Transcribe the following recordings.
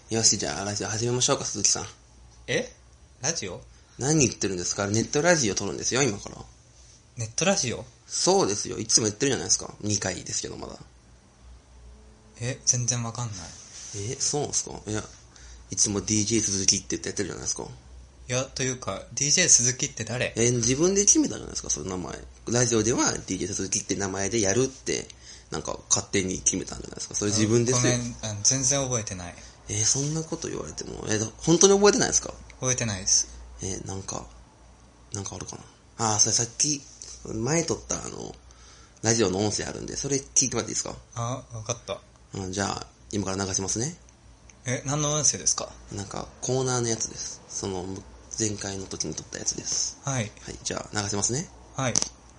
よし、じゃあラジオ始めましょうか、鈴木さん。 ラジオ？ 何言ってるんですか？ネットラジオ撮るんですよ、今から。 ネットラジオ？ そうですよ、いつも言ってるじゃないですか。2回ですけど、まだ。 全然わかんない。 そうなんですか？いや、いつも DJ 鈴木って言ってやってるじゃないですか。 いや、というか、DJ 鈴木って誰？ 自分で決めたじゃないですか、その名前。ラジオでは DJ 鈴木って名前でやるって、なんか勝手に決めたんじゃないですか。それ自分ですよ。 ごめん、全然覚えてない。 そんなこと言われても、本当に覚えてないですか？ 覚えてないです。 なんかあるかな。それさっき、前撮ったラジオの音声あるんで、それ聞いてもらっていいですか？ わかった。 じゃあ、今から流しますね。 何の音声ですか？ なんか、コーナーのやつです。その、前回の時に撮ったやつです。 はい。 はい、じゃあ、流しますね。 はい。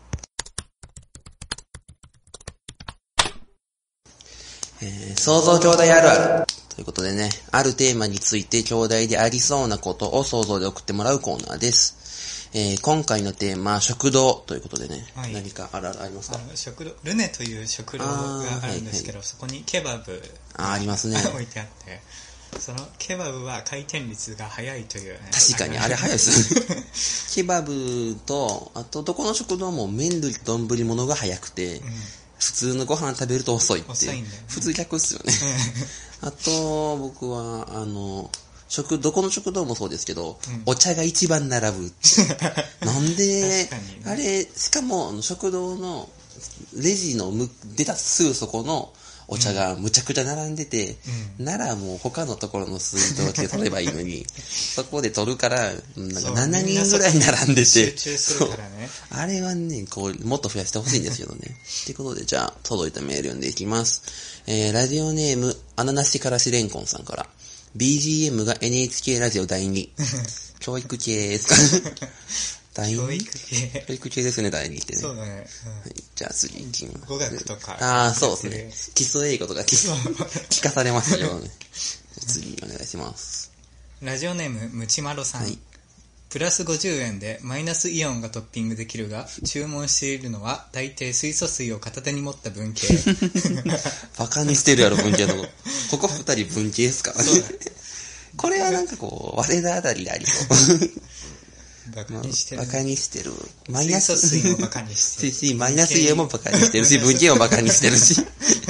想像兄弟あるある。ということでね、あるテーマについて兄弟でありそうなことを想像で送ってもらうコーナーです。今回のテーマ、食堂ということでね、はい、何かありますか？ 食堂、ルネという食堂があるんですけど、そこにケバブありますね。 置いてあって、そのケバブは回転率が早いというね。 確かに、あれ早いですケバブと、あとどこの食堂も麺類と丼物が早くて、普通のご飯食べると遅いっていう。 遅いんだよね。 普通逆っすよね。あと、僕は、どこの食堂もそうですけど、お茶が一番並ぶ。なんで、あれ、しかも、食堂の、レジの出たすぐそこのお茶がむちゃくちゃ並んでて、ならもう他のところの水道で取ればいいのに、そこで取るから、なんか7人ぐらい並んでて、 集中するからね。 あれはね、もっと増やしてほしいんですけどね。ということで、じゃあ、届いたメール読んでいきます。ラジオネーム、アナナシからしれんこんさんから。BGM が NHK ラジオ第2。教育系ですか？第2？教育系ですよね、第2ってね。 そうだね。 はい、じゃあ次行きます。 語学とか。 そうですね。基礎英語とか聞かされましたけどね。次お願いします。 ラジオネーム、ムチマロさん。はい、プラス50円でマイナスイオンがトッピングできるが、注文しているのは大抵水素水を片手に持った文系。 バカにしてるやろ、文系の。ここ二人文系ですからね。これはなんかこう、我田あたりでありそう。 バカにしてる、 バカにしてる。 水素水もバカにしてるし、マイナスイオンもバカにしてるし、文系もバカにしてるし。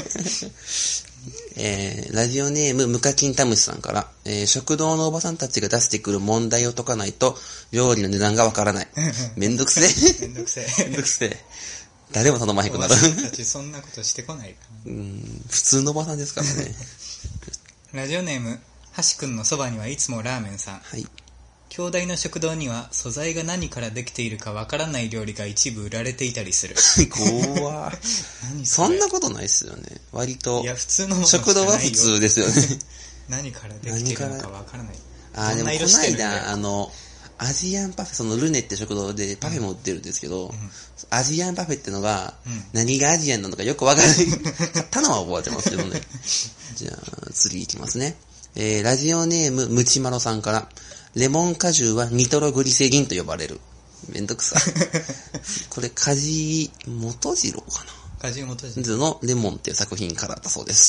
ラジオネーム、ムカキンタムシさんから、食堂のおばさんたちが出してくる問題を解かないと、料理の値段がわからない。めんどくせえ。 めんどくせえ。 誰も頼まへんくなる。 おばさんたちそんなことしてこないかな。 普通のおばさんですからね。 ラジオネーム、はしくんのそばにはいつもラーメンさん。 はい。 兄弟の食堂には素材が何からできているかわからない料理が一部売られていたりする。 怖そんなことないっすよね。割と。 いや、普通のもの食堂は普通ですよね。 何からできているのかわからない。 でもこの間、アジアンパフェ、そのルネって食堂でパフェも売ってるんですけど、アジアンパフェってのが、何がアジアンなのかよくわからない。買ったのは覚えてますけどね。じゃあ、次いきますね。ラジオネーム、ムチマロさんから、レモン果汁はニトログリセリンと呼ばれる。めんどくさ。これ、梶本次郎かな。 梶本次郎のレモンっていう作品からだそうです。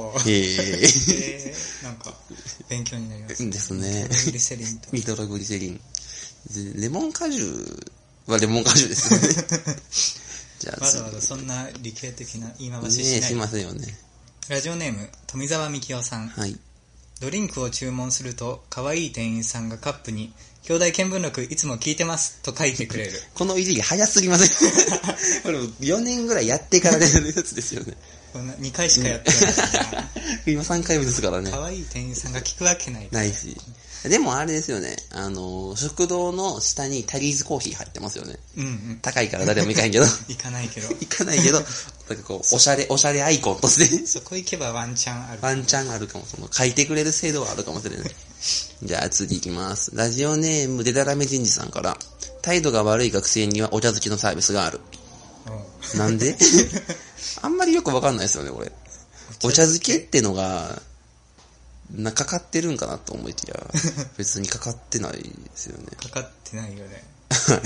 なんか、勉強になります。 ですね。 ニトログリセリンと。 ニトログリセリン。レモン果汁はレモン果汁ですよね。じゃあわざわざそんな理系的な言い回ししない。 しませんよね。 ラジオネーム、富澤美樹夫さん。 はい。ドリンクを注文すると、可愛い店員さんがカップに、兄弟見聞録いつも聞いてますと書いてくれる。 このいじり早すぎません？これ4年ぐらいやってから出るやつですよね。 2回しかやってないから今3回目ですからね。 可愛い店員さんが聞くわけない。 ないし。でもあれですよね。食堂の下にタリーズコーヒー入ってますよね。高いから誰も行かへんけど。 行かないけど。 なんかこう、おしゃれアイコンとして。 そこ行けばワンチャンある。 ワンチャンあるかも。書いてくれる制度はあるかもしれない。じゃあ次行きます。ラジオネームデダラメ人事さんから、態度が悪い学生にはお茶漬けのサービスがある。なんで？あんまりよくわかんないですよね、これ。お茶漬けってのが、かかってるんかなと思いきや、別にかかってないですよね。 かかってないよね。 はい。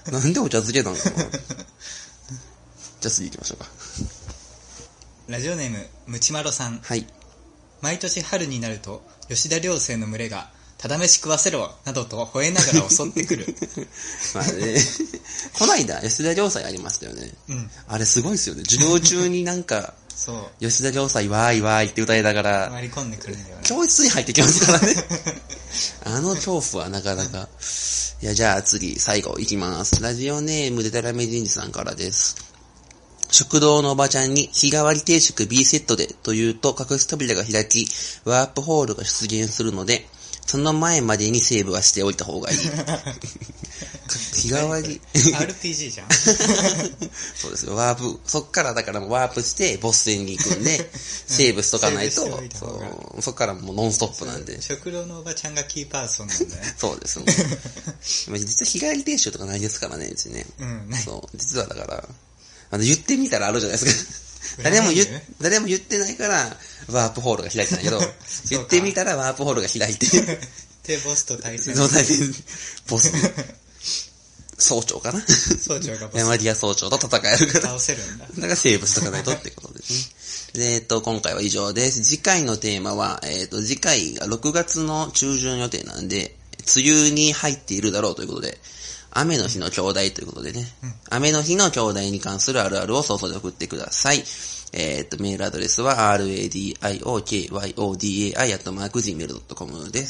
なんでお茶漬けなのかな。じゃあ次行きましょうか。 ラジオネーム、ムチマロさん。 はい。 毎年春になると吉田寮生の群れがただ飯食わせろなどと吠えながら襲ってくる。 まあね、こないだ吉田良祭ありましたよね。 うん。 あれすごいですよね。授業中になんか、 そう。 吉田良祭わーいわーいって歌いながら、 割り込んでくるんだよね。 教室に入ってきますからね。あの恐怖はなかなか。いや、じゃあ次、最後いきます。ラジオネームでたらめじんじさんからです。食堂のおばちゃんに日替わり定食 B セットでと言うと隠し扉が開き、ワープホールが出現するので、その前までにセーブはしておいた方がいい。日替わり。 RPG じゃん。 そうですよ。ワープ、そっからだからもうワープしてボス戦に行くんで、セーブしとかないと、そっからもうノンストップなんで。 食堂のおばちゃんがキーパーソンなんだね。 そうですね。実は日帰り定食とかないですからね、うちね。 うん、ない。 そう。実はだから、言ってみたらあるじゃないですか。誰も言ってないから、ワープホールが開いてないけど、言ってみたらワープホールが開いて。 で、ボスと対戦。 ボス。総長かな。 総長がボス。 山ディア総長と戦えるから。 倒せるんだ。 だからセーブしとかないとってことですね。で、今回は以上です。次回のテーマは、次回が6月の中旬予定なんで、梅雨に入っているだろうということで、雨の日の兄弟ということでね、雨の日の兄弟に関するあるあるを想像で送ってください。メールアドレスは radiokyodai@gmail.com です。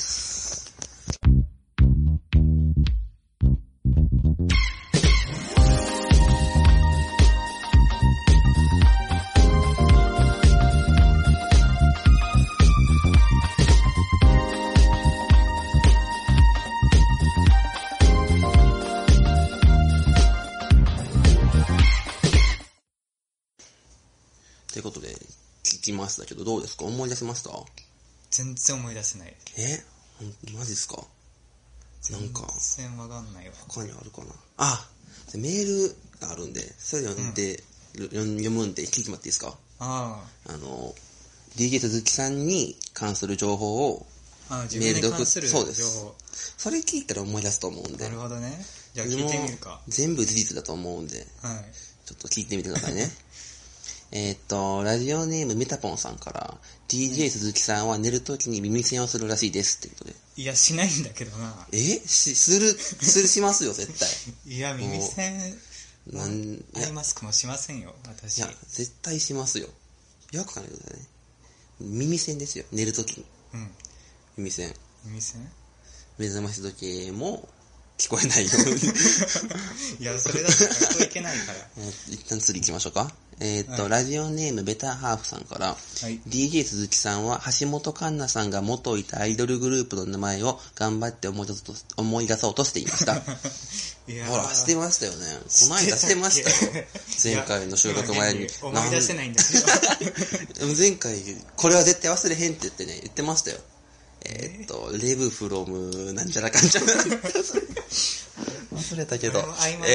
ということで、聞きましたけど、どうですか？思い出しました？ 全然思い出せない。 マジっすか？なんか。 全然わかんないわ。 他にあるかな？メールがあるんで、それ読んで、読むんで聞いてもらっていいですか？DJ 鈴木さんに関する情報をメールで送って、そうです。それ聞いたら思い出すと思うんで。 なるほどね。じゃあ聞いてみるか。 全部事実だと思うんで、はい、ちょっと聞いてみてくださいね。ラジオネームメタポンさんから、DJ 鈴木さんは寝るときに耳栓をするらしいですってことで。 いや、しないんだけどな。 しますよ、絶対。 いや、耳栓、アイマスクもしませんよ、私。 いや、絶対しますよ。よく考えてくださいね。耳栓ですよ、寝るときに。うん。耳栓。目覚まし時計も聞こえないように。 いや、それだと学校行けないから。 一旦次行きましょうか。ラジオネームベターハーフさんから、DJ 鈴木さんは橋本環奈さんが元いたアイドルグループの名前を頑張って思い出そうとしていました。ほら、してましたよね。この間してましたよ。前回の収録前に。 思い出せないんだけど。 前回、これは絶対忘れへんって言ってましたよ。レブフロムなんちゃらかんちゃら。忘れたけど。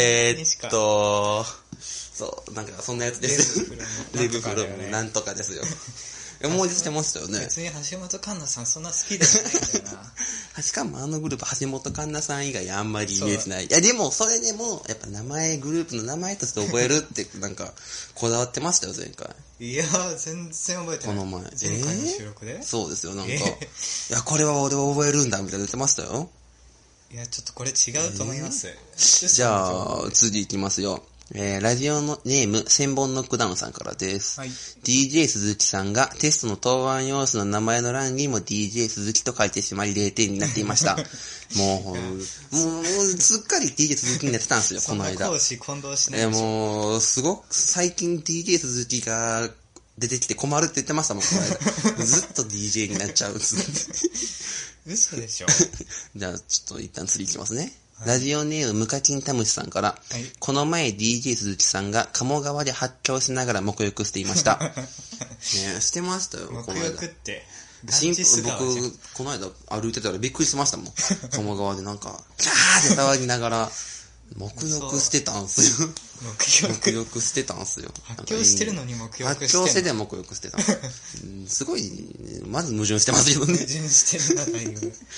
そう、なんかそんなやつですよ。レブフロムなんとかですよ。思い出してましたよね。 別に橋本環奈さんそんな好きではないんだよな。 しかもあのグループ橋本環奈さん以外あんまりイメージない。いやでもそれでもやっぱグループの名前として覚えるってなんかこだわってましたよ前回。 いや全然覚えてない。 この前。 前回の収録で？ そうですよなんか。いやこれは俺は覚えるんだみたいな言ってましたよ。 いやちょっとこれ違うと思います。 じゃあ次行きますよ。ラジオのネーム千本ノックダウンさんからです。はい、DJ 鈴木さんがテストの答案用紙の名前の欄にも DJ 鈴木と書いてしまい0点になっていました。もうすっかり DJ 鈴木になってたんですよ、この間。 講師混同しないでしょ。 もう、すごく最近 DJ 鈴木が出てきて困るって言ってましたもん、この間。ずっと DJ になっちゃう。 嘘でしょ。 じゃあ、ちょっと一旦次行きますね。ラジオネームムカキンタムシさんから、この前 DJ 鈴木さんが鴨川で発狂しながら沐浴していました。ねしてましたよ、 この間。沐浴って。 僕、この間歩いてたらびっくりしましたもん。鴨川でなんか、キャーって騒ぎながら、沐浴してたんすよ。沐浴してたんすよ。 発狂してるのに沐浴してる。 発狂してて沐浴してた。すごい、まず矛盾してますけどね。 矛盾してるな、だいぶ。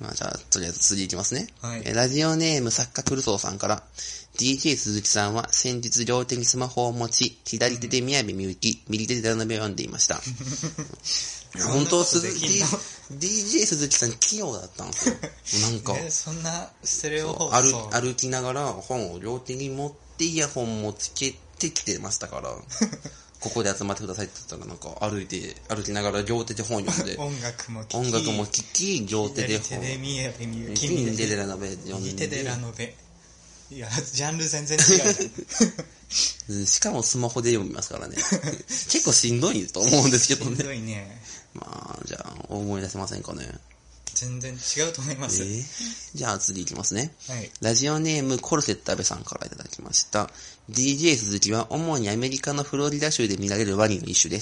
まあじゃあ、とりあえず次いきますね。 はい。 ラジオネーム作家クルソーさんから、DJ 鈴木さんは先日両手にスマホを持ち、左手で宮部みゆき、右手でラノベを読んでいました。本当、DJ 鈴木さん器用だったんですよ。なんか。 そんなステレオ放送歩きながら本を両手に持ってイヤホンもつけてきてましたから。ここで集まってくださいって言ったらなんか歩きながら両手で本読んで。 音楽も聴き、両手で本。 左手で宮部みゆき。 右手でラノベ読んで。 右手でラノベ。いや、ジャンル全然違う。しかもスマホで読みますからね。結構しんどいと思うんですけどね。 しんどいね。 まあ、じゃあ、思い出せませんかね。 全然違うと思います。 じゃあ次いきますね。 はい。 ラジオネームコルセット安部さんからいただきました。DJ 鈴木は主にアメリカのフロリダ州で見られるワニの一種です。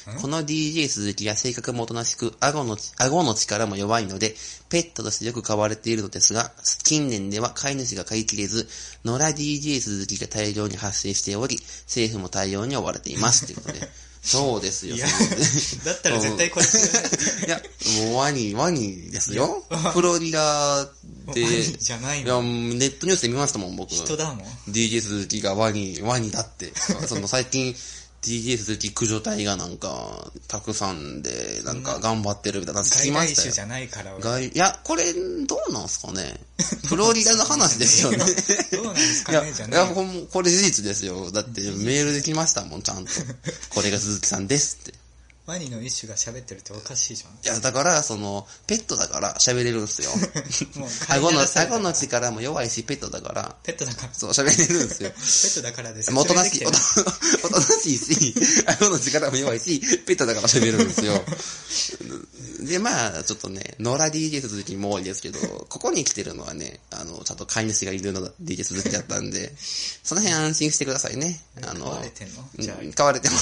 この DJ 鈴木は性格もおとなしく、顎の力も弱いので、ペットとしてよく飼われているのですが、近年では飼い主が飼いきれず、野良 DJ 鈴木が大量に発生しており、政府も対応に追われています。ということで。そうですよ。 いや、だったら絶対これいや、もうワニですよ。フロリダで。 ワニじゃないの。 いや、ネットニュースで見ましたもん、僕。 人だもん。 DJ 鈴木がワニだって。最近、DJ 鈴木駆除隊がなんか、たくさんで、なんか頑張ってるみたいな聞きましたよ。 外来種じゃないからいや、これ、どうなんすかね。フロリダの話ですよね。 どうなんですかねじゃない。 いや、これ事実ですよ。だってメールで来ましたもん、ちゃんと。これが鈴木さんですって。 ワニの一種が喋ってるっておかしいじゃん。 いや、だから、ペットだから喋れるんすよ。もう顎の力も弱いし、ペットだから。 ペットだから。 そう、喋れるんですよ。 ペットだからです。 おとなしいし、顎の力も弱いし、ペットだから喋るんですよ。で、まあ、ちょっとね、野良 DJ 鈴木も多いですけど、ここに来てるのはね、ちゃんと飼い主がいるの DJ 鈴木だったんで、その辺安心してくださいね。 飼われてんの？じゃあ。 飼われてます。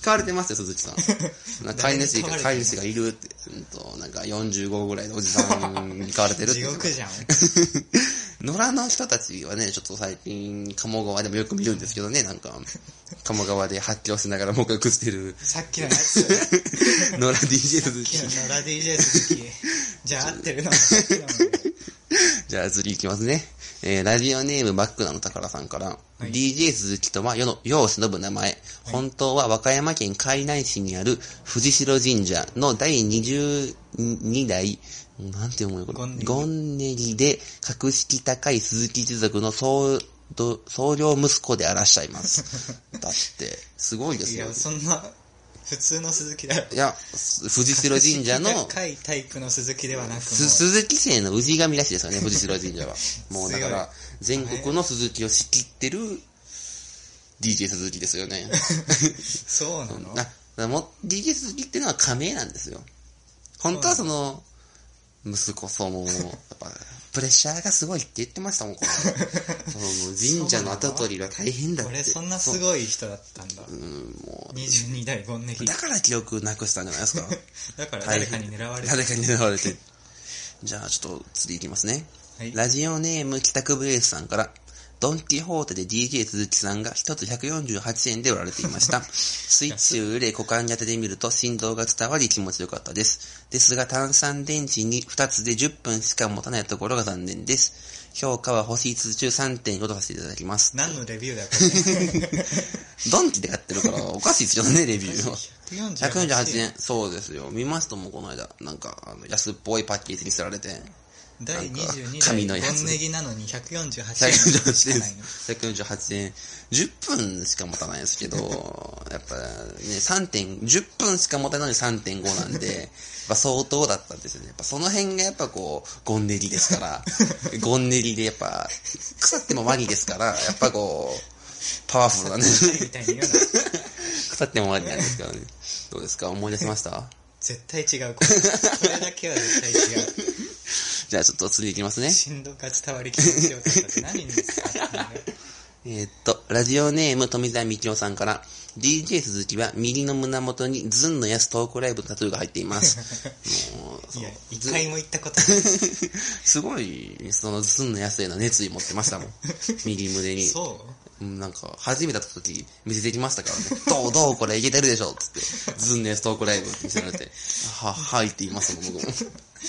飼われてますよ、鈴木さん。飼い主がいるって、なんか45ぐらいのおじさんに飼われてるって。 地獄じゃん。 野良の人たちはね、ちょっと最近、鴨川でもよく見るんですけどね、なんか、鴨川で発狂しながら目撃してる。 さっきのやつ。 野良 DJ 鈴木。 さっきの野良 DJ 鈴木。じゃあ合ってるの？ じゃあ次行きますね。ラジオネームバックナの宝さんから、はい、DJ 鈴木とは世を忍ぶ名前、はい、本当は和歌山県海南市にある藤代神社の第22代、なんて読むのこれ。ゴンネリで格式高い鈴木一族の総領息子であらっしゃいます。だって、すごいですよ。 いや、そんな、普通の鈴木だよ。 いや、藤代神社の、 高いタイプの鈴木ではなく鈴木姓の氏神らしいですよね、藤代神社は。もうだから、全国の鈴木を仕切ってる DJ 鈴木ですよね。 そうなの？ DJ 鈴木っていうのは仮名なんですよ。本当は息子も、やっぱ、プレッシャーがすごいって言ってましたもん、神社の跡取りは大変だって。 これそんなすごい人だったんだ。もう。22代ゴンネギ。 だから記憶なくしたんじゃないですか。 だから誰かに狙われて。 誰かに狙われて。じゃあちょっと次行きますね。はい、ラジオネーム帰宅ブレースさんから、ドンキホーテで DJ 鈴木さんが1つ148円で売られていました。スイッチを入れ股間に当ててみると振動が伝わり気持ちよかったです。ですが炭酸電池に2つで10分しか持たないところが残念です。評価は星5つ中 3.5 とさせていただきます。 何のレビューだよこれ。 ドンキで買ってるからおかしいですよね、レビューは。148円。そうですよ。見ましたもん、この間。なんか、安っぽいパッケージに捨てられて。 第22代ゴンネギなのに148円しかないの。 148円。10分しか持たないんですけど、やっぱね、10分しか持たないのに 3.5 なんで、やっぱ相当だったんですよね。やっぱその辺がやっぱゴンネギですから、ゴンネギでやっぱ、腐ってもワニですから、やっぱパワフルなんです。腐ってもワニなんですからね。どうですか？思い出しました？ 絶対違う。これだけは絶対違う。 じゃあちょっと次いきますね。 振動が伝わり気持ちよかったって何にですか？ ラジオネーム富澤美京さんから、DJ 鈴木は右の胸元にズンのやすトークライブのタトゥーが入っています。 いや、一回も行ったことない。 すごい、ズンのやすへの熱意持ってましたもん。右胸に。 そう？ なんか、初めて会った時見せてきましたからね。どうこれいけてるでしょつって。ズンのやすトークライブって見せられて、はいって言いますもん、僕も。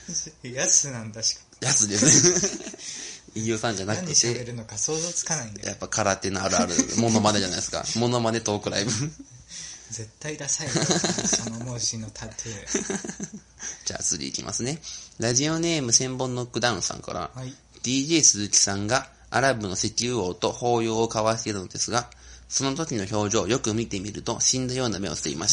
やつなんだしか。 やつですね。飯尾さんじゃなくて。 何喋るのか想像つかないんだよ。 やっぱ空手のあるある、モノマネじゃないですか。モノマネトークライブ。 絶対ダサいよ、その文字のタトゥー。 じゃあ次いきますね。ラジオネーム千本ノックダウンさんから、 はい、 DJ 鈴木さんがアラブの石油王と抱擁を交わしているのですが、その時の表情をよく見てみると死んだような目をしていました。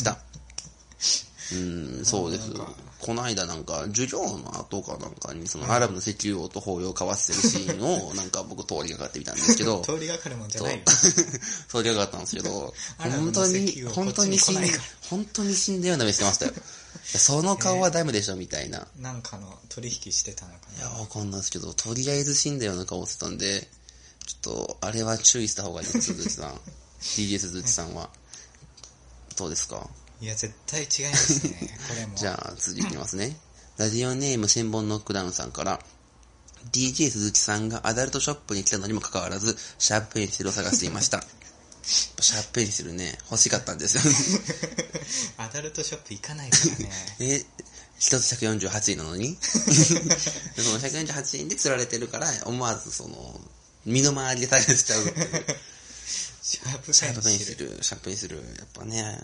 そうです。この間なんか授業の後かなんかにそのアラブの石油王と抱擁を交わしてるシーンをなんか僕通りがかってみたんですけど通りがかるもんじゃないよ。 通りがかったんですけど本当に死んだような目してましたよ。その顔はダメでしょみたいな。 なんかの取引してたのかな。 いやわかんないですけどとりあえず死んだような顔してたんでちょっとあれは注意した方がいいです鈴木さん。DJ 鈴木さんはどうですか？ いや絶対違いますねこれも。 じゃあ次いきますね。ラジオネーム千本ノックダウンさんから、 DJ 鈴木さんがアダルトショップに来たのにもかかわらずシャープペンシルを探していました。シャープペンシルね欲しかったんですよアダルトショップ行かないからね。 一つ148円なのにその148円で釣られてるから思わずその身の回りで探しちゃうシャープペンシルシャープペンシルやっぱね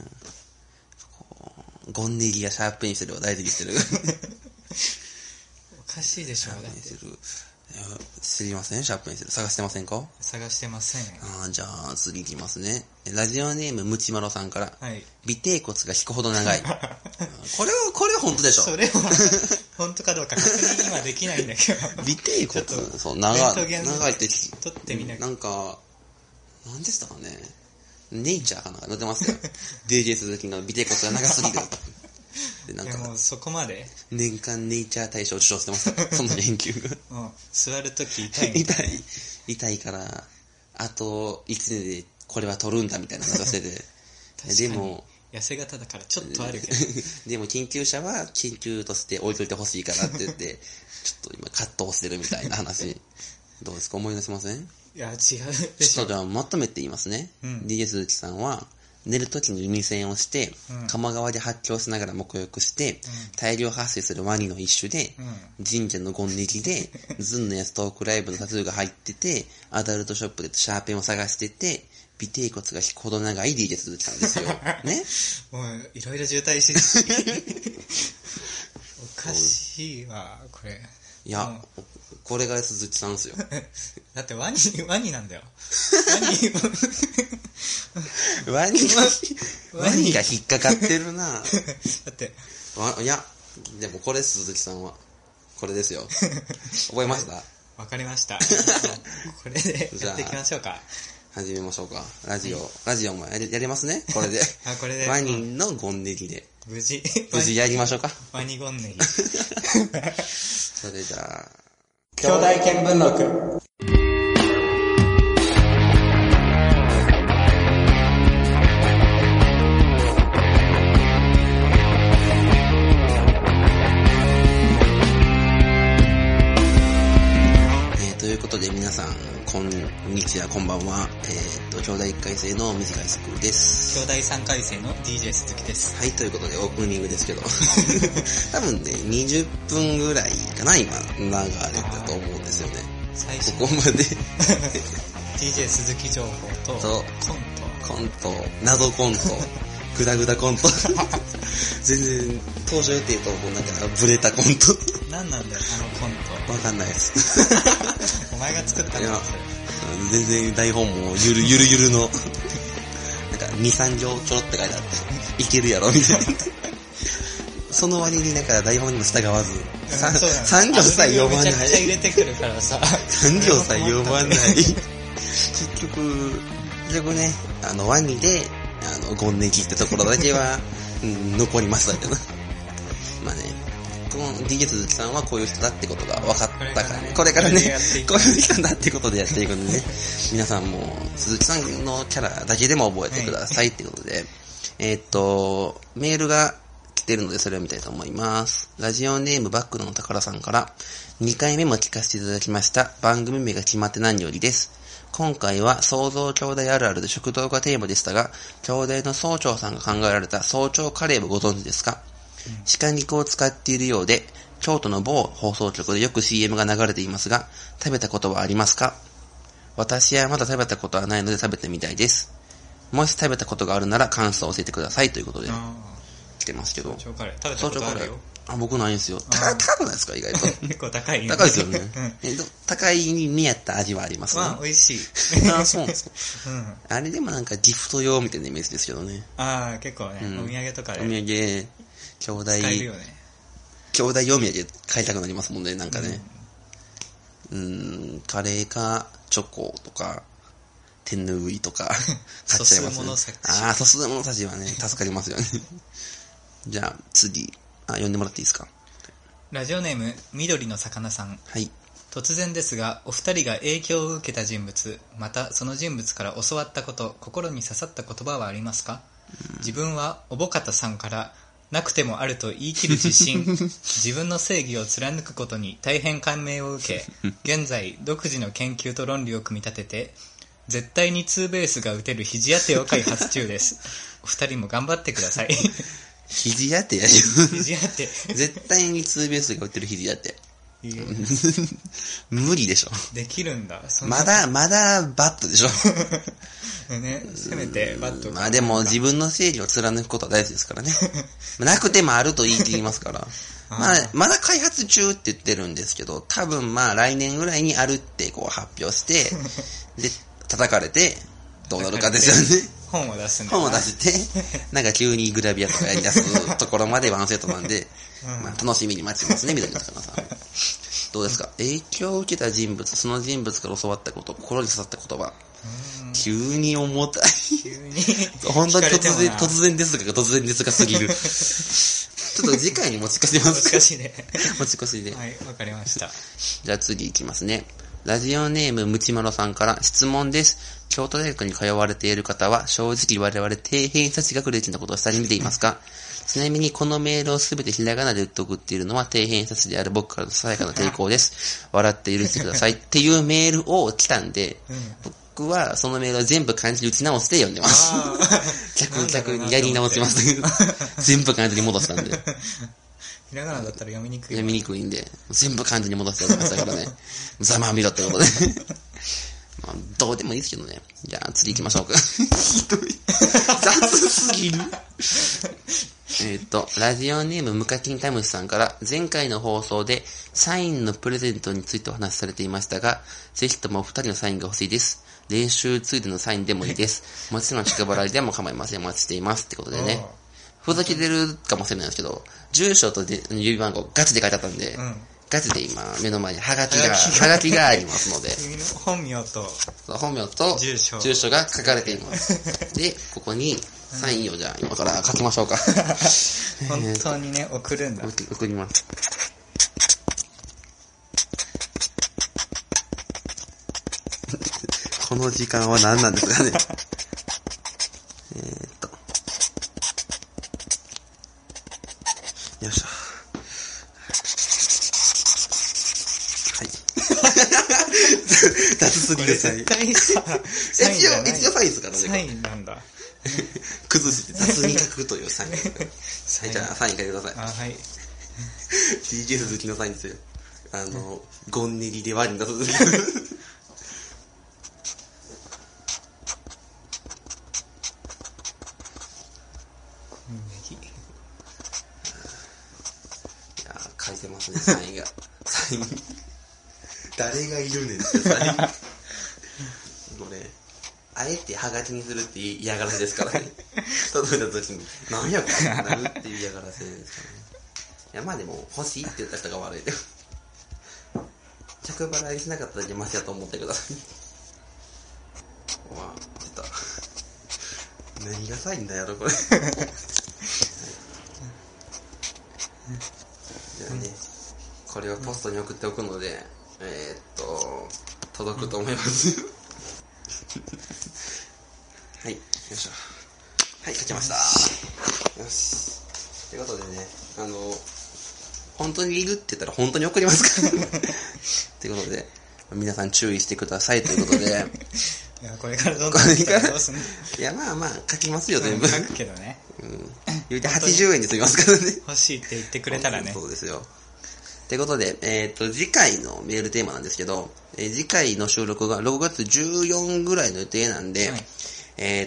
ゴンネギがシャープペンシルを大事にしてるおかしいでしょ。だって知りません？シャープペンシル探してませんか？ 探してません。 じゃあ次いきますね。ラジオネームムチマロさんから、 はい、 尾てい骨が引くほど長いこれは本当でしょ。 それは本当かどうか確認はできないんだけど尾てい骨そう長いって取ってみなきゃ。 なんか何でしたかね、ネイチャーかなんか載ってますよDJ 鈴木の尾てい骨が長すぎるでなんかもうそこまで年間ネイチャー大賞受賞してましたその研究が座るとき痛いからあと1年でこれは取るんだみたいな話をしててでも痩せ型だからちょっとあるけどでも研究者は研究として置いといてほしいからって言ってちょっと今葛藤してるみたいな話どうですか？思い出せません？ いや違うでしょ。 ちょっとじゃあまとめて言いますね、DJ 鈴木さんは寝るときに耳栓をして、鴨川で発狂しながら沐浴して、大量発生するワニの一種で、神社のゴンネギで、ズンのやつトークライブのタトゥーが入ってて、アダルトショップでシャーペンを探してて、尾てい骨が引くほど長い DJ 鈴木さんですよ。ね？ もういろいろ渋滞しおかしいわ、これ。 いや、これが鈴木さんですよ。 だってワニなんだよ。 ワニが引っかかってるな。だっていやでもこれ鈴木さんはこれですよ。覚えました？ わかりました。これでやっていきましょうか。 始めましょうか。ラジオもやりますね。これで。 これでワニのゴンネギで無事やりましょうか。 ワニゴンネギそれじゃあ兄弟見聞録。 ということで皆さんこんにちはこんばんは。兄弟1回生の短いスクールです。 兄弟3回生の DJ 鈴木です。 はい、ということでオープニングですけど多分ね20分ぐらいかな今流れたと思うんですよね。 最初ここまで DJ 鈴木情報とコント謎コントグダグダコント全然登場予定ともなんかブレたコント何なんだよあのコント。 わかんないですお前が作ったの？ 全然台本もゆるゆるのなんか 2,3 行ちょろって書いてあっていけるやろみたいなその割になんか台本にも従わず3行さえ読まない。めちゃくちゃ入れてくるからさ 3行さえ読まない結局ねワニでゴンネギってところだけは、残りますだけどまあねこの DJ 鈴木さんはこういう人だってことが分かったからねこれからねこういう人だってことでやっていくんでね皆さんも鈴木さんのキャラだけでも覚えてくださいってことでメールが来てるのでそれを見たいと思います。ラジオネームバックの宝さんから2回目も聞かせていただきました。番組名が決まって何よりです。今回は創造兄弟あるあるで食堂がテーマでしたが、兄弟の総長さんが考えられた早朝カレーをご存知ですか？鹿肉を使っているようで、 京都の某放送局でよく CM が流れていますが、食べたことはありますか？私はまだ食べたことはないので食べてみたいです。もし食べたことがあるなら感想を教えてくださいということで来てますけど。 早朝カレー食べたことあるよ。 僕ないんですよ。高くないですか意外と。 結構高いよね。 高いですよね。高いに見合った味はありますね。 まあ、美味しい。 そうですか。あれでもなんかギフト用みたいなイメージですけどね。 結構ね、お土産とかで。 お土産、兄弟、 使えるよね。 兄弟用土産買いたくなりますもんね、なんかね。カレーか、チョコとか、手ぬぐいとか、買っちゃいますね。素数物差しはね、助かりますよね。じゃあ、次。読んでもらっていいですか？ ラジオネーム、緑の魚さん。 はい。 突然ですが、お二人が影響を受けた人物、またその人物から教わったこと、心に刺さった言葉はありますか？自分は、おぼかたさんから、なくてもあると言い切る自信、自分の正義を貫くことに大変感銘を受け、現在、独自の研究と論理を組み立てて、絶対にツーベースが打てる肘当てを開発中です。お二人も頑張ってください。 肘当てやよ。 肘当て。 絶対にツーベースが打ってる肘当て。無理でしょ。 できるんだ。 まだバットでしょ。 ね、せめてバット。 まあでも自分の正義を貫くことは大事ですからね。なくてもあると言いますから。まだ開発中って言ってるんですけど、多分来年ぐらいにあるってこう発表して、で、叩かれて、どうなるかですよね。 本を出すんで。 本を出して、なんか急にグラビアとかやり出すところまでワンセットなんで、楽しみに待ちますね、緑の魚さん。どうですか？影響を受けた人物、その人物から教わったこと、心に刺さった言葉。急に重たい。 急に。 本当に突然ですがすぎる。ちょっと次回に持ち越します。 持ち越しで。 持ち越しで。 はい、わかりました。 じゃあ次行きますね。ラジオネームムチマロさんから質問です。京都大学に通われている方は正直我々底辺差し学歴のことを下に見ていますか？ちなみにこのメールをすべてひらがなで打って送っているのは底辺差しである僕からのささやかな抵抗です。笑って許してくださいっていうメールを来たんで、僕はそのメールを全部漢字に打ち直して読んでます。逆にやり直します全部漢字に戻したんで。 ひらがなだったら読みにくい。 読みにくいんで、全部漢字に戻して読みましたからね。ざまあみろってことで。まあ、どうでもいいですけどね。じゃあ次行きましょうか。ひどい。雑すぎる。ラジオネームムカキンタムシさんから、前回の放送でサインのプレゼントについてお話しされていましたが、ぜひともお二人のサインが欲しいです。練習ついでのサインでもいいです。もちろん近払いでも構いません。お待ちしています。ってことでね。ふざけてるかもしれないですけど、住所と指番号ガチで書いてあったんで、ガチで今目の前にハガキがありますので、 本名と住所が書かれています。で、ここにサインをじゃあ今から書きましょうか。 本当にね、送るんだ。 送ります。この時間は何なんですかね。よいしょ。はい。雑すぎるサイン。 絶対さ、 一応サインですからね。 サインなんだ。 崩して雑に書くというサインですから。はい、じゃあサイン書いてください。 はい。 DJ 鈴木のサインですよ。ゴンネリでワニだと。書いてますね、サインが。サイン。誰がいるねんってサイン。これ、あえてハガキにするって嫌がらせですからね。届いた時に、なんやこれなるっていう嫌がらせですからね。いや、まあでも、欲しいって言った人が悪いで。着払いしなかったらマシやと思ってください。わあ、出た。何がサインだやろ、これ。じゃあね、これをポストに送っておくので、届くと思います。はい、よいしょ。はい、書きました。よし。ということでね、本当にいるって言ったら本当に送りますから。ということで、皆さん注意してくださいということで。 いや、これからどんどん来たらどうすんの？ いや、まあまあ、書きますよ、全部。 書くけどね。 言うて80円に済みますからね。 欲しいって言ってくれたらね。 そうですよ。 ということで、次回のメールテーマなんですけど、次回の収録が6月14ぐらいの予定なんで、はい、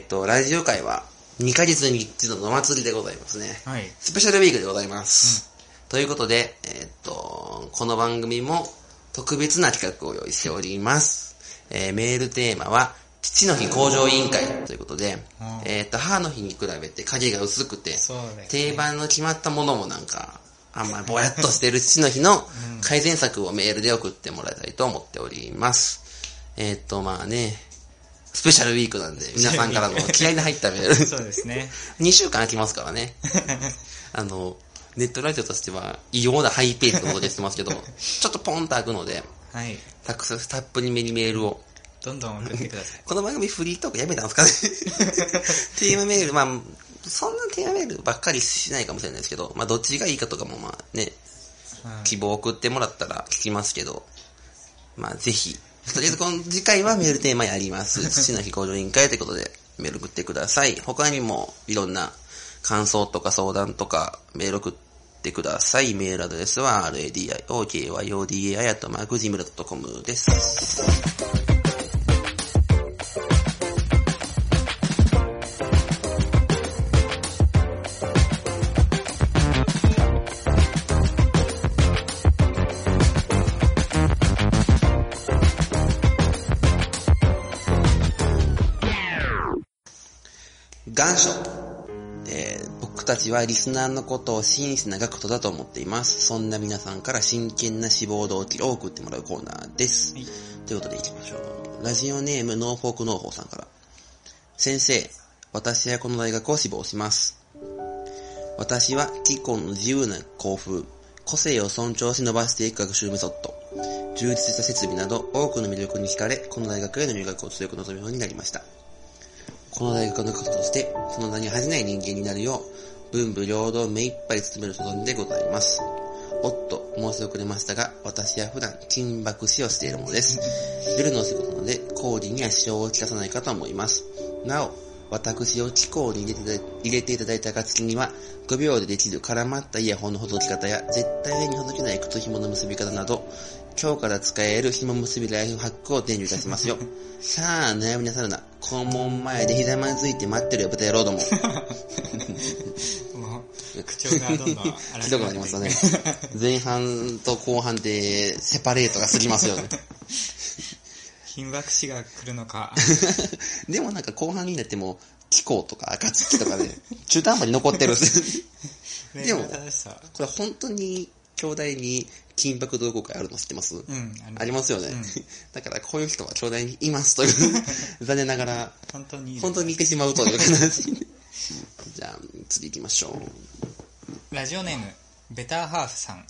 ラジオ会は2ヶ月に一度のお祭りでございますね。はい。スペシャルウィークでございます。ということで、この番組も特別な企画を用意しております。メールテーマは、父の日向上委員会ということで、母の日に比べて影が薄くて、定番の決まったものもなんか、あんまりぼやっとしてる父の日の改善策をメールで送ってもらいたいと思っております。まあね、スペシャルウィークなんで、皆さんからの気合いの入ったメール。 そうですね。 2週間空きますからね。ネットラジオとしては異様なハイペースのことでしてますけど、ちょっとポンと開くので、はい。たっぷりめにメールを。 どんどん送ってください。 この番組フリートークやめたんですかね。テーマメール、まあ、そんなテーマメールばっかりしないかもしれないですけど、まあどっちがいいかとかもまあね、希望を送ってもらったら聞きますけど、まあぜひ、とりあえずこの次回はメールテーマやります。父の日向上委員会ということでメール送ってください。他にもいろんな感想とか相談とかメール送ってください。メールアドレスは radiokyoodai@gmail.com です。願書。僕たちはリスナーのことを真摯な学徒だと思っています。そんな皆さんから真剣な志望動機を送ってもらうコーナーです。はい、ということで行きましょう。ラジオネームノーフォークノーフォーさんから。先生、私はこの大学を志望します。私は既婚の自由な校風、個性を尊重し伸ばしていく学習メソッド、充実した設備など多くの魅力に惹かれ、この大学への入学を強く望むようになりました。この大学の学徒として、その名に恥じない人間になるよう、文武両道目いっぱい務める所存でございます。おっと、申し遅れましたが、私は普段、金箔師をしているものです。夜のお仕事なので、講義には支障をきたさないかと思います。なお、私を貴校に入れていただいた暁には、5秒でできる絡まったイヤホンのほどき方や、絶対にほどけない靴紐の結び方など、今日から使える紐結びライフハックを伝授いたしますよ。さあ、悩みなさるな。校門前でひざまずいて待ってるよ、豚野郎ども。 もう、口調がどんどんひどくなりますよね。前半と後半でセパレートが過ぎますよね。 金箔師が来るのか。 でもなんか後半になっても、貴校とか暁とかね、中途半端に残ってるんです。でも、これ本当に兄弟に金箔同好会あるの知ってます？うん、ありますよね。うん、だからこういう人は兄弟にいますという、残念ながら、本当にいてしまうという話。じゃあ、次行きましょう。ラジオネーム、ベターハーフさん。はい、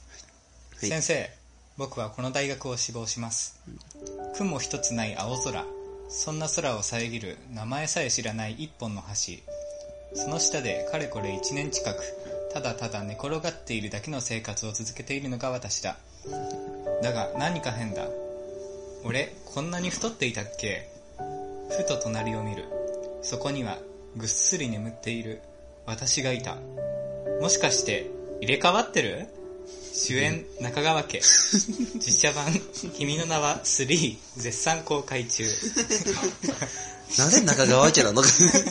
先生、僕はこの大学を志望します。雲一つない青空。そんな空を遮る名前さえ知らない一本の橋。その下でかれこれ1年近く、ただただ寝転がっているだけの生活を続けているのが私だ。だが何か変だ。俺、こんなに太っていたっけ？ふと隣を見る。そこにはぐっすり眠っている私がいた。もしかして入れ替わってる？主演中川家。実写版君の名は3絶賛公開中。 なんで中川家なの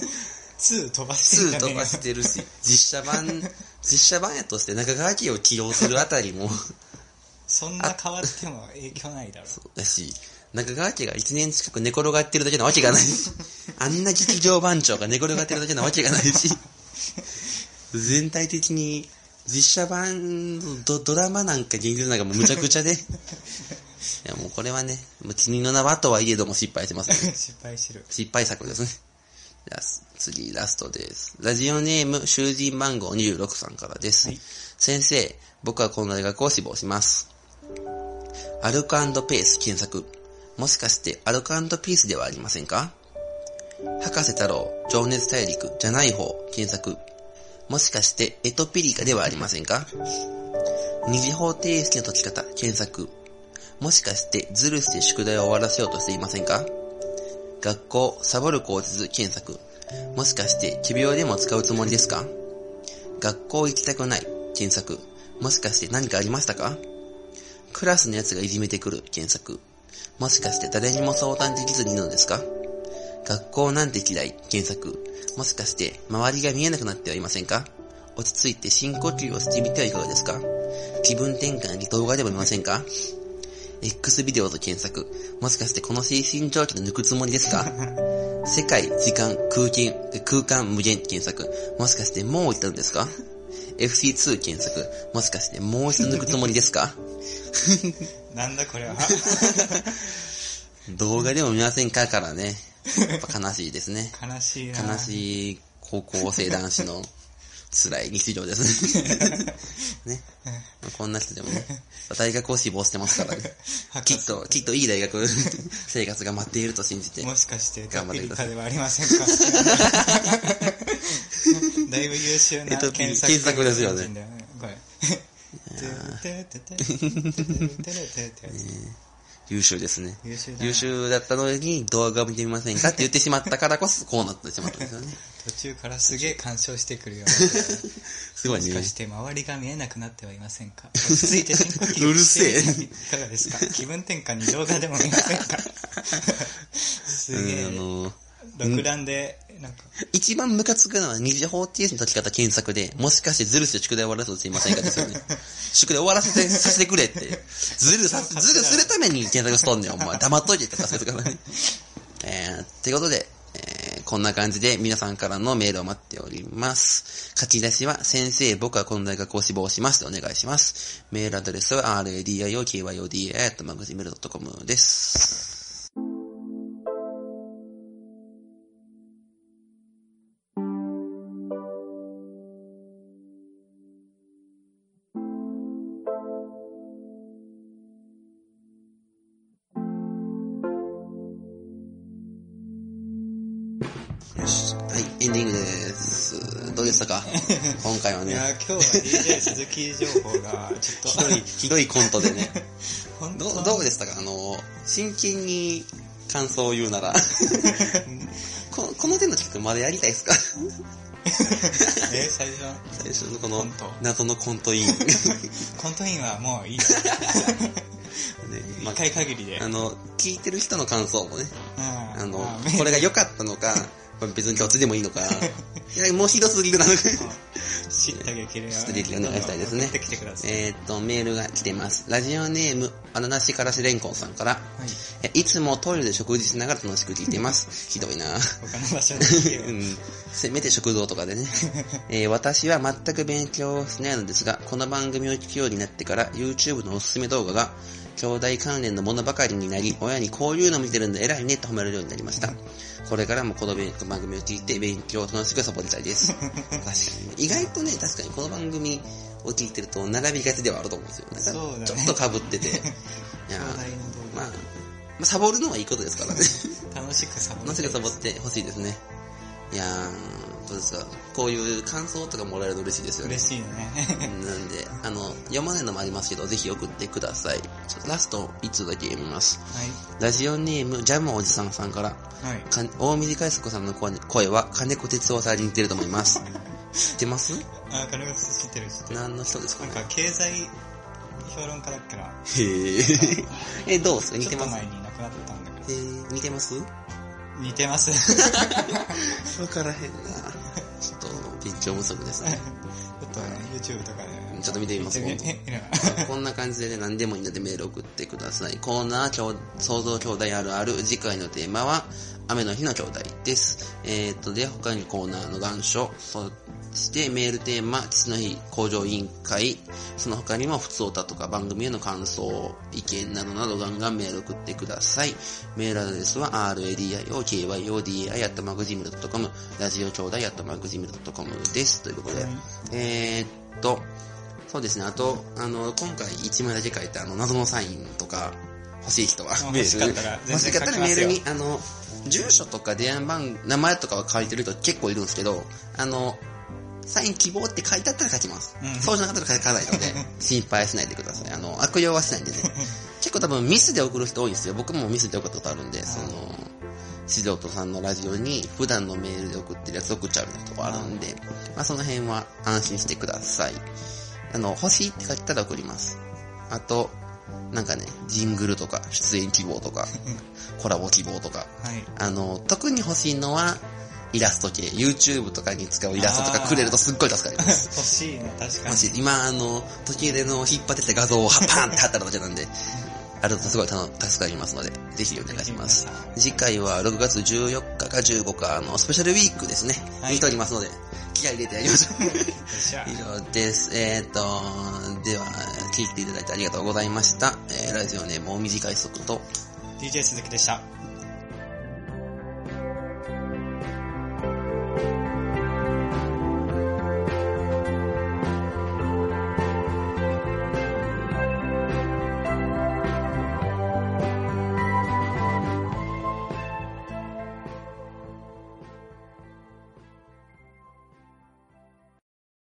2飛ばしてる、2飛ばしてるし、実写版やとして中川家を起用するあたりもそんな変わっても影響ないだろう。 そうだし、中川家が1年近く寝転がってるだけなわけがないし、あんな劇場番長が寝転がってるだけなわけがないし、全体的に実写版ドラマなんか現実なんかもうむちゃくちゃで、いやもうこれはね、君の名はとはいえども失敗してますね。 失敗してる。 失敗作ですね。じゃあ次ラストです。ラジオネーム囚人番号26さんからです。はい、先生、僕はこの大学を志望します。アルコ&ペース検索。もしかしてアルコ&ピースではありませんか？博士太郎、情熱大陸じゃない方検索。もしかしてエトピリカではありませんか？二次方程式の解き方検索。もしかしてズルして宿題を終わらせようとしていませんか？学校サボる口実検索。もしかして仮病でも使うつもりですか？学校行きたくない検索。もしかして何かありましたか？ クラスのやつがいじめてくる検索。もしかして誰にも相談できずにいるのですか？学校なんて嫌い検索。もしかして周りが見えなくなってはいませんか？落ち着いて深呼吸をしてみてはいかがですか？気分転換に動画でも見ませんか？ X ビデオと検索。もしかしてこの精神状況で抜くつもりですか？世界、時間、空間無限検索。もしかしてもう言ったんですか？ FC2 検索。もしかしてもう一度抜くつもりですか？ なんだこれは。 動画でも見ませんかからね。やっぱ悲しいですね。 悲しいな。 悲しい高校生男子の辛い日常ですね。ね。こんな人でもね、大学を志望してますからね。きっといい大学生活が待っていると信じて。 もしかしてエトピリカではありませんか？だいぶ優秀な検索ですよね。 これ。 優秀ですね。優秀だったのに動画を見てみませんかって言ってしまったからこそこうなってしまったんですよね。 途中からすげえ干渉してくるような。 すごいね。 もしかして周りが見えなくなってはいませんか？落ち着いて深呼吸うるせえ。 いかがですか？気分転換に動画でも見ませんか？すげえ。独断で、なんか。 一番ムカつくのは二次方程式の解き方検索で、もしかしてズルして宿題終わらせてすいませんかですよね。宿題終わらせてくれって。ズルするために検索しとんねん、お前。黙っといてってか、そうですからね。ということで、こんな感じで皆さんからのメールを待っております。書き出しは、先生、僕はこの大学を志望します。お願いします。メールアドレスは radiokyyoda@magazmail.com です。はい、エンディングです。どうでしたか？今回はね。 いや、今日は DJ 鈴木情報がちょっとひどいコントでね。どうでしたか？真剣に感想を言うならこの手の企画まだやりたいですか？ 最初のこの謎のコントイン。 コントインはもういいよ。一回限りで。 聞いてる人の感想もね。これが良かったのか、別にどっちでもいいのか。いや、もうひどすぎるなのか。 知った激励お願いしたいですね。メールが来てます。ラジオネーム、アナナシカラシレンコンさんから、いつもトイレで食事しながら楽しく聞いています。ひどいな。 他の場所で聞けよ。 せめて食堂とかでね。私は全く勉強しないのですが、この番組を聞くようになってから YouTube のおすすめ動画が兄弟関連のものばかりになり、親にこういうの見てるんだ偉いねと褒められるようになりました。これからもこの番組を聞いて勉強を楽しくサボりたいです。確かに。意外とね、確かにこの番組を聞いてると並びがちではあると思うんですよね。 そうだね。 ちょっと被ってて。いや、まあ、サボるのはいいことですからね。 楽しくサボってほしいですね。いやー、どうですか？こういう感想とかもらえると嬉しいですよね。 嬉しいね。 なんで、読まないのもありますけど、ぜひ送ってください。ちょっとラスト1通だけ読みます。 はい。 ラジオネーム、ジャムおじさんさんから、はい。大水海子さんの声は金子哲夫さんに似てると思います。知ってます？ 金子哲夫知ってる。 何の人ですかね？ なんか経済評論家だっけな。 へどうですか？似てます？ ちょっと前に亡くなったんだけど。 似てます？ 似てます。 わからへんな。ちょっと勉強不足ですね。 ちょっとYouTube とかでちょっと見てみます。こんな感じでね、何でもいいのでメール送ってください。コーナー創造兄弟あるある。次回のテーマは雨の日の兄弟です。で他にコーナーの願書、そしてメールテーマ父の日向上委員会、その他にも普通歌とか番組への感想、意見などなどガンガンメール送ってください。メールアドレスは radiokyodai@magazmail.com ラジオ兄弟@magazmail.com です。ということで、そうですね。あと今回1枚だけ書いた謎のサインとか欲しい人はメール欲しかったらメールに住所とか電話番名前とかは書いてる人結構いるんですけど、サイン希望って書いてあったら書きます。そうじゃなかったら書かないので、心配しないでください。悪用はしないんでね。結構多分ミスで送る人多いんですよ。僕もミスで送ったことあるんで、素人さんのラジオに普段のメールで送ってるやつ送っちゃうことがあるんで、その辺は安心してください。欲しいって書いたら送ります。あと、 なんかね、ジングルとか、出演希望とか、コラボ希望とか、 はい、 特に欲しいのは、イラスト系、YouTube とかに使うイラストとかくれるとすっごい助かります。 欲しいね、確かに。 欲しい。今、時計での引っ張ってきた画像をパーンって貼っただけなんで、あるとすごい助かりますので、ぜひお願いします。次回は6月14日か15日スペシャルウィークですね。はい、見ておりますので、気合い入れてやりましょう。以上です。では、聞いていただいてありがとうございました。ラジオネームお短い速と、 DJ 鈴木でした。